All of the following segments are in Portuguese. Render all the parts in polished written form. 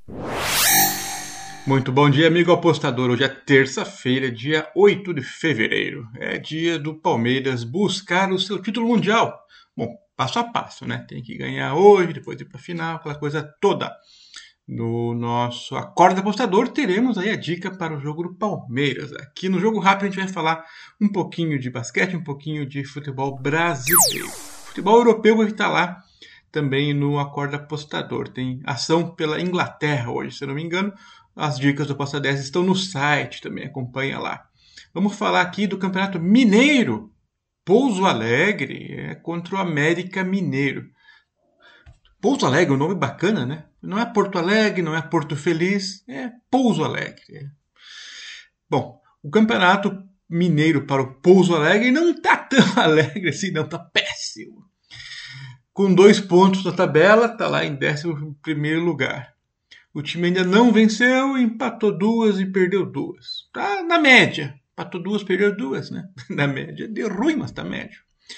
Muito bom dia, amigo apostador. Hoje é terça-feira, dia 8 de fevereiro. É dia do Palmeiras buscar o seu título mundial. Bom, passo a passo, né? Tem que ganhar hoje, depois ir para a final, aquela coisa toda. No nosso Acorda Apostador, teremos aí a dica para o jogo do Palmeiras. Aqui no Jogo Rápido a gente vai falar um pouquinho de basquete, um pouquinho de futebol brasileiro. Futebol europeu vai estar lá também no Acorda Apostador. Tem ação pela Inglaterra hoje, se eu não me engano. As dicas do Aposta 10 estão no site também, acompanha lá. Vamos falar aqui do Campeonato Mineiro. Pouso Alegre contra o América Mineiro. Pouso Alegre é um nome bacana, né? Não é Porto Alegre, não é Porto Feliz, é Pouso Alegre. Bom, o Campeonato Mineiro para o Pouso Alegre não está tão alegre assim, não, está péssimo. Com 2 pontos na tabela, está lá em 11º lugar. O time ainda não venceu, empatou 2 e perdeu 2. Tá na média. Empatou 2, perdeu 2, né? Na média. Deu ruim, mas tá médio.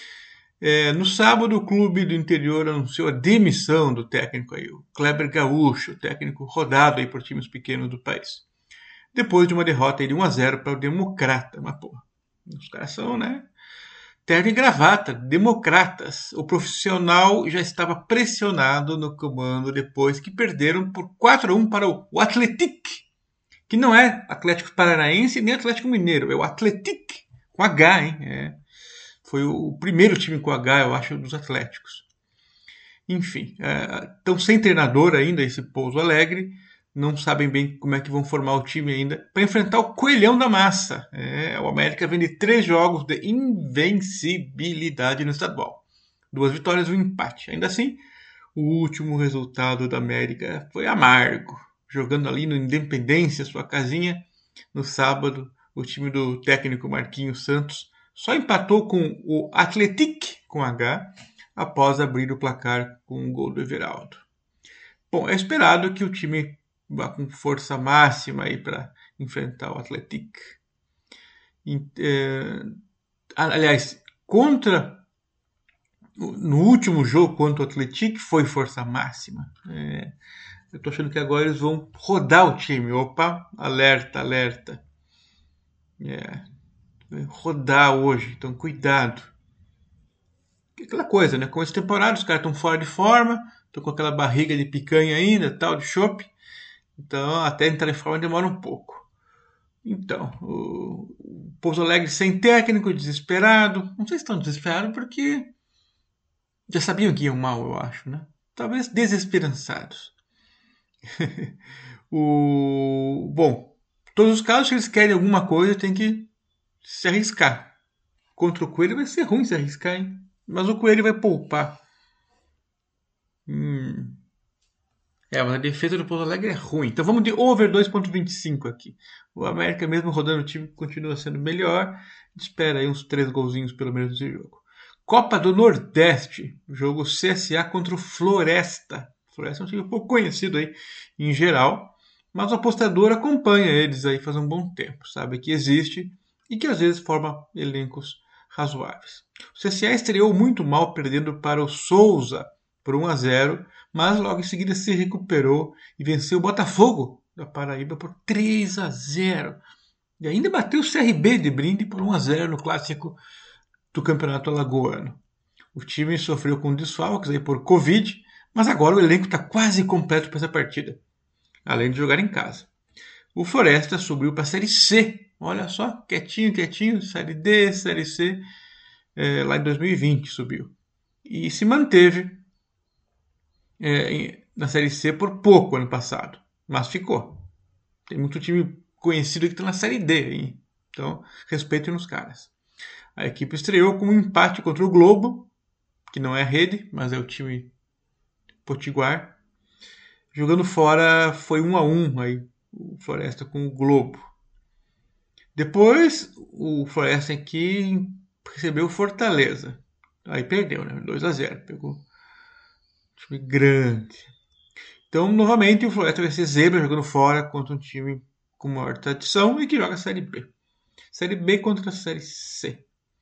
No sábado, o clube do interior anunciou a demissão do técnico aí, o Kleber Gaúcho, técnico rodado aí por times pequenos do país. Depois de uma derrota aí de 1-0 para o Democrata. Mas, pô, os caras são, né? Terno e gravata, democratas. O profissional já estava pressionado no comando depois que perderam por 4-1 para o Atletic, que não é Atlético Paranaense nem Atlético Mineiro, é o Atletic, com H, hein? Foi o primeiro time com H, eu acho, dos Atléticos. Enfim, estão sem treinador ainda, esse Pouso Alegre, não sabem bem como é que vão formar o time ainda para enfrentar o Coelhão da Massa. O América vem de 3 jogos de invencibilidade no estadual. 2 vitórias e 1 empate. Ainda assim, o último resultado da América foi amargo. Jogando ali no Independência, sua casinha, no sábado, o time do técnico Marquinhos Santos só empatou com o Atletic, com H, após abrir o placar com um gol do Everaldo. Bom, é esperado que o time vá com força máxima aí para enfrentar o Atletic. Aliás, no último jogo contra o Atletic foi força máxima. Eu tô achando que agora eles vão rodar o time. Opa, alerta, alerta. Rodar hoje, então cuidado. Aquela coisa, né? Com essa temporada, os caras estão fora de forma, estão com aquela barriga de picanha ainda, tal, de chopp. Então, até entrar em forma demora um pouco. Então, o Pouso Alegre sem técnico, desesperado. Não sei se estão desesperados porque já sabiam que iam mal, eu acho, né? Talvez desesperançados. Bom, todos os casos, se eles querem alguma coisa, tem que se arriscar. Contra o Coelho vai ser ruim se arriscar, hein? Mas o Coelho vai poupar. Mas a defesa do Pouso Alegre é ruim. Então vamos de over 2.25 aqui. O América, mesmo rodando o time, continua sendo melhor. A gente espera aí uns 3 golzinhos pelo menos nesse jogo. Copa do Nordeste. Jogo CSA contra o Floresta. Floresta é um time um pouco conhecido aí em geral. Mas o apostador acompanha eles aí faz um bom tempo. Sabe que existe e que às vezes forma elencos razoáveis. O CSA estreou muito mal, perdendo para o Souza por 1-0, mas logo em seguida se recuperou e venceu o Botafogo da Paraíba por 3-0. E ainda bateu o CRB de brinde por 1-0 no clássico do Campeonato Alagoano. O time sofreu com desfalques aí por Covid, mas agora o elenco está quase completo para essa partida, além de jogar em casa. O Floresta subiu para a Série C. Olha só, quietinho, quietinho, Série D, Série C, lá em 2020 subiu. E se manteve na Série C por pouco ano passado, mas ficou. Tem muito time conhecido que está na Série D, hein? Então respeitem os caras. A equipe estreou com um empate contra o Globo, que não é a Rede, mas é o time potiguar. Jogando fora foi 1-1 aí, o Floresta com o Globo. Depois o Floresta aqui recebeu o Fortaleza. Aí perdeu, né? 2-0. Pegou um time grande. Então, novamente, o Floresta vai ser zebra jogando fora contra um time com maior tradição e que joga a Série B. Série B contra a Série C.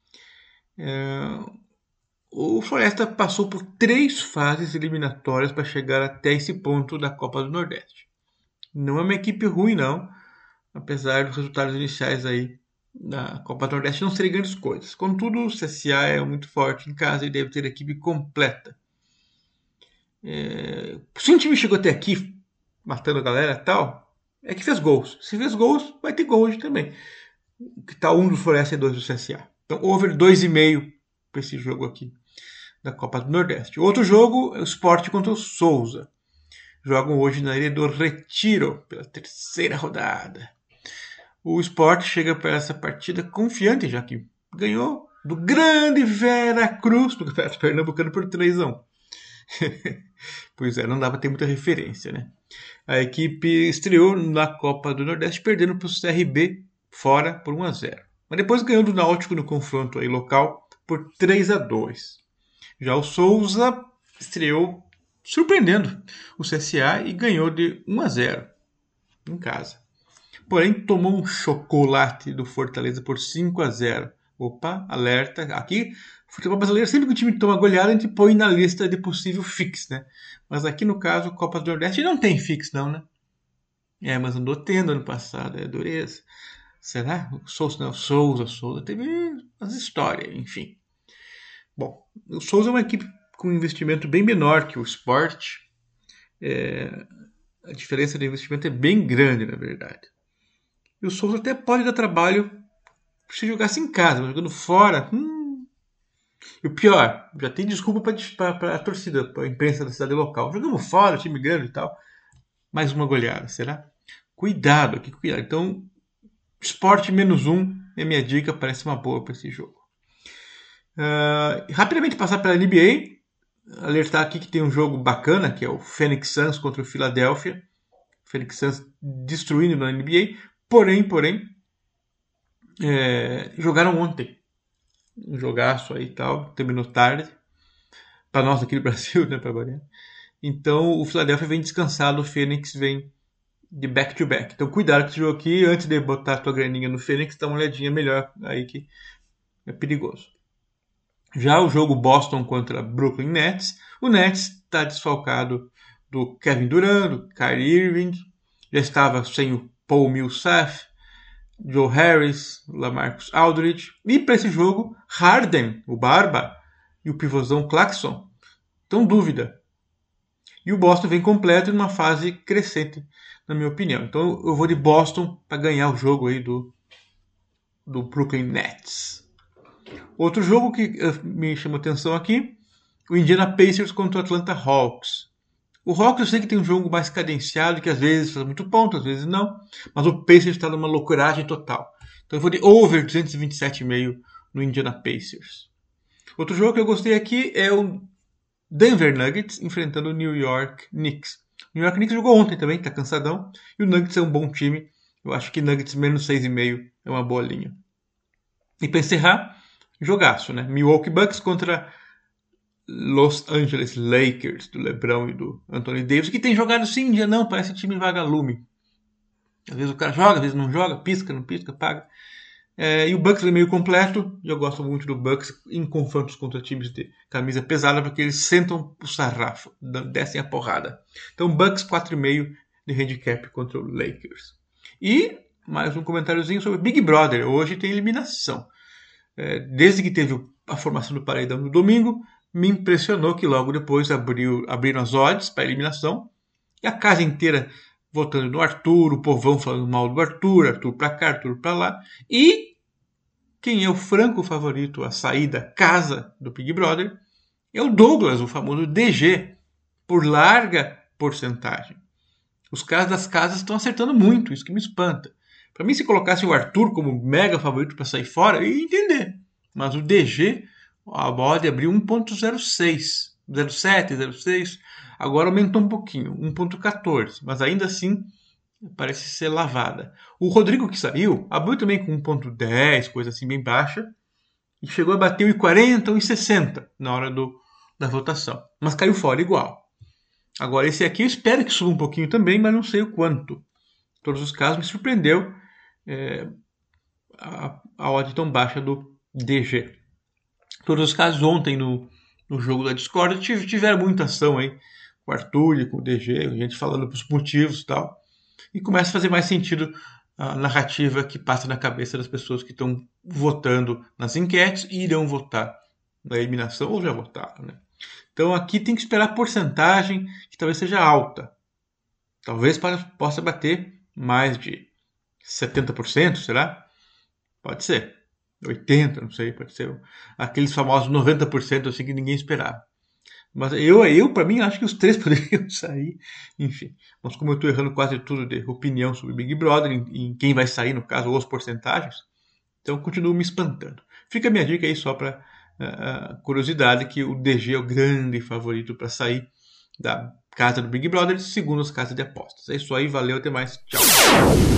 O Floresta passou por 3 fases eliminatórias para chegar até esse ponto da Copa do Nordeste. Não é uma equipe ruim, não. Apesar dos resultados iniciais aí da Copa do Nordeste não serem grandes coisas. Contudo, o CSA é muito forte em casa e deve ter a equipe completa. Se um time chegou até aqui, matando a galera e tal, é que fez gols. Se fez gols, vai ter gol hoje também. Que tal um do Floresta e dois do CSA. Então, over 2,5 para esse jogo aqui da Copa do Nordeste. Outro jogo é o Sport contra o Souza. Jogam hoje na Ilha do Retiro, pela terceira rodada. O Sport chega para essa partida confiante, já que ganhou do grande Veracruz do Campeonato Pernambucano por 3-1. Pois é, não dá para ter muita referência, né? A equipe estreou na Copa do Nordeste perdendo para o CRB fora por 1-0. Mas depois ganhou do Náutico no confronto aí local por 3-2. Já o Souza estreou surpreendendo o CSA e ganhou de 1-0 em casa. Porém, tomou um chocolate do Fortaleza por 5-0. Opa, alerta. Aqui, futebol brasileiro, sempre que o time toma goleada, a gente põe na lista de possível fix, né? Mas aqui, no caso, Copa do Nordeste não tem fix, não, né? Mas andou tendo ano passado, é dureza. Será? O Souza, não, Souza. Teve as histórias, enfim. Bom, o Souza é uma equipe com um investimento bem menor que o Sport. A diferença de investimento é bem grande, na verdade. E o Souza até pode dar trabalho se jogasse em casa, mas jogando fora. E o pior, já tem desculpa para a torcida, para a imprensa da cidade local. Jogamos fora, time grande e tal. Mais uma goleada, será? Cuidado aqui, cuidado. Então, Sport -1 é minha dica, parece uma boa para esse jogo. Rapidamente passar pela NBA. Alertar aqui que tem um jogo bacana, que é o Phoenix Suns contra o Philadelphia. Phoenix Suns destruindo na NBA. Porém, jogaram ontem. Um jogaço aí e tal, terminou tarde. Para nós aqui do Brasil, né, para variar. Então, o Philadelphia vem descansado, o Phoenix vem de back-to-back. Então, cuidado com esse jogo aqui. Antes de botar a tua graninha no Phoenix, dá uma olhadinha melhor aí que é perigoso. Já o jogo Boston contra Brooklyn Nets. O Nets está desfalcado do Kevin Durant, do Kyrie Irving. Já estava sem o Paul Millsap, Joe Harris, Lamarcus Aldridge. E para esse jogo, Harden, o Barba, e o pivôzão Claxton estão dúvida. E o Boston vem completo numa fase crescente, na minha opinião. Então eu vou de Boston para ganhar o jogo aí do Brooklyn Nets. Outro jogo que me chamou atenção aqui, o Indiana Pacers contra o Atlanta Hawks. O Hawks eu sei que tem um jogo mais cadenciado, que às vezes faz muito ponto, às vezes não. Mas o Pacers está numa loucuragem total. Então eu vou de over 227,5 no Indiana Pacers. Outro jogo que eu gostei aqui é o Denver Nuggets enfrentando o New York Knicks. O New York Knicks jogou ontem também, está cansadão. E o Nuggets é um bom time. Eu acho que Nuggets menos 6,5 é uma boa linha. E para encerrar, jogaço, né? Milwaukee Bucks contra Los Angeles Lakers, do LeBron e do Anthony Davis, que tem jogado sim, dia não, parece time vagalume. Às vezes o cara joga, às vezes não joga, pisca, não pisca, paga. E o Bucks é meio completo, e eu gosto muito do Bucks em confrontos contra times de camisa pesada, porque eles sentam o sarrafo, descem a porrada. Então Bucks 4,5 de handicap contra o Lakers. E mais um comentáriozinho sobre Big Brother. Hoje tem eliminação. Desde que teve a formação do paredão no domingo, me impressionou que logo depois abriram as odds para a eliminação. E a casa inteira votando no Arthur, o povão falando mal do Arthur, Arthur para cá, Arthur para lá. E quem é o franco favorito a sair da casa do Big Brother é o Douglas, o famoso DG, por larga porcentagem. Os caras das casas estão acertando muito, isso que me espanta. Para mim, se colocasse o Arthur como mega favorito para sair fora, eu ia entender. Mas o DG, a odd abriu 1,06, 0,7, 0,6. Agora aumentou um pouquinho, 1,14. Mas ainda assim, parece ser lavada. O Rodrigo que saiu, abriu também com 1,10, coisa assim bem baixa. E chegou a bater 1,40, 1,60 na hora da votação. Mas caiu fora igual. Agora esse aqui eu espero que suba um pouquinho também, mas não sei o quanto. Em todos os casos me surpreendeu a odd tão baixa do DG. Em todos os casos, ontem no jogo da Discord tiveram muita ação aí com o Arthur e com o DG, a gente falando os motivos e tal. e começa a fazer mais sentido a narrativa que passa na cabeça das pessoas que estão votando nas enquetes e irão votar na eliminação ou já votaram, né? Então aqui tem que esperar a porcentagem que talvez seja alta. Talvez possa bater mais de 70%, será? Pode ser. 80%, não sei, pode ser. Aqueles famosos 90% assim que ninguém esperava. Mas eu para mim, acho que os três poderiam sair. Enfim, mas como eu estou errando quase tudo de opinião sobre Big Brother, em quem vai sair, no caso, ou as porcentagens, então continuo me espantando. Fica a minha dica aí só para curiosidade, que o DG é o grande favorito para sair da casa do Big Brother, segundo as casas de apostas. É isso aí, valeu, até mais, tchau.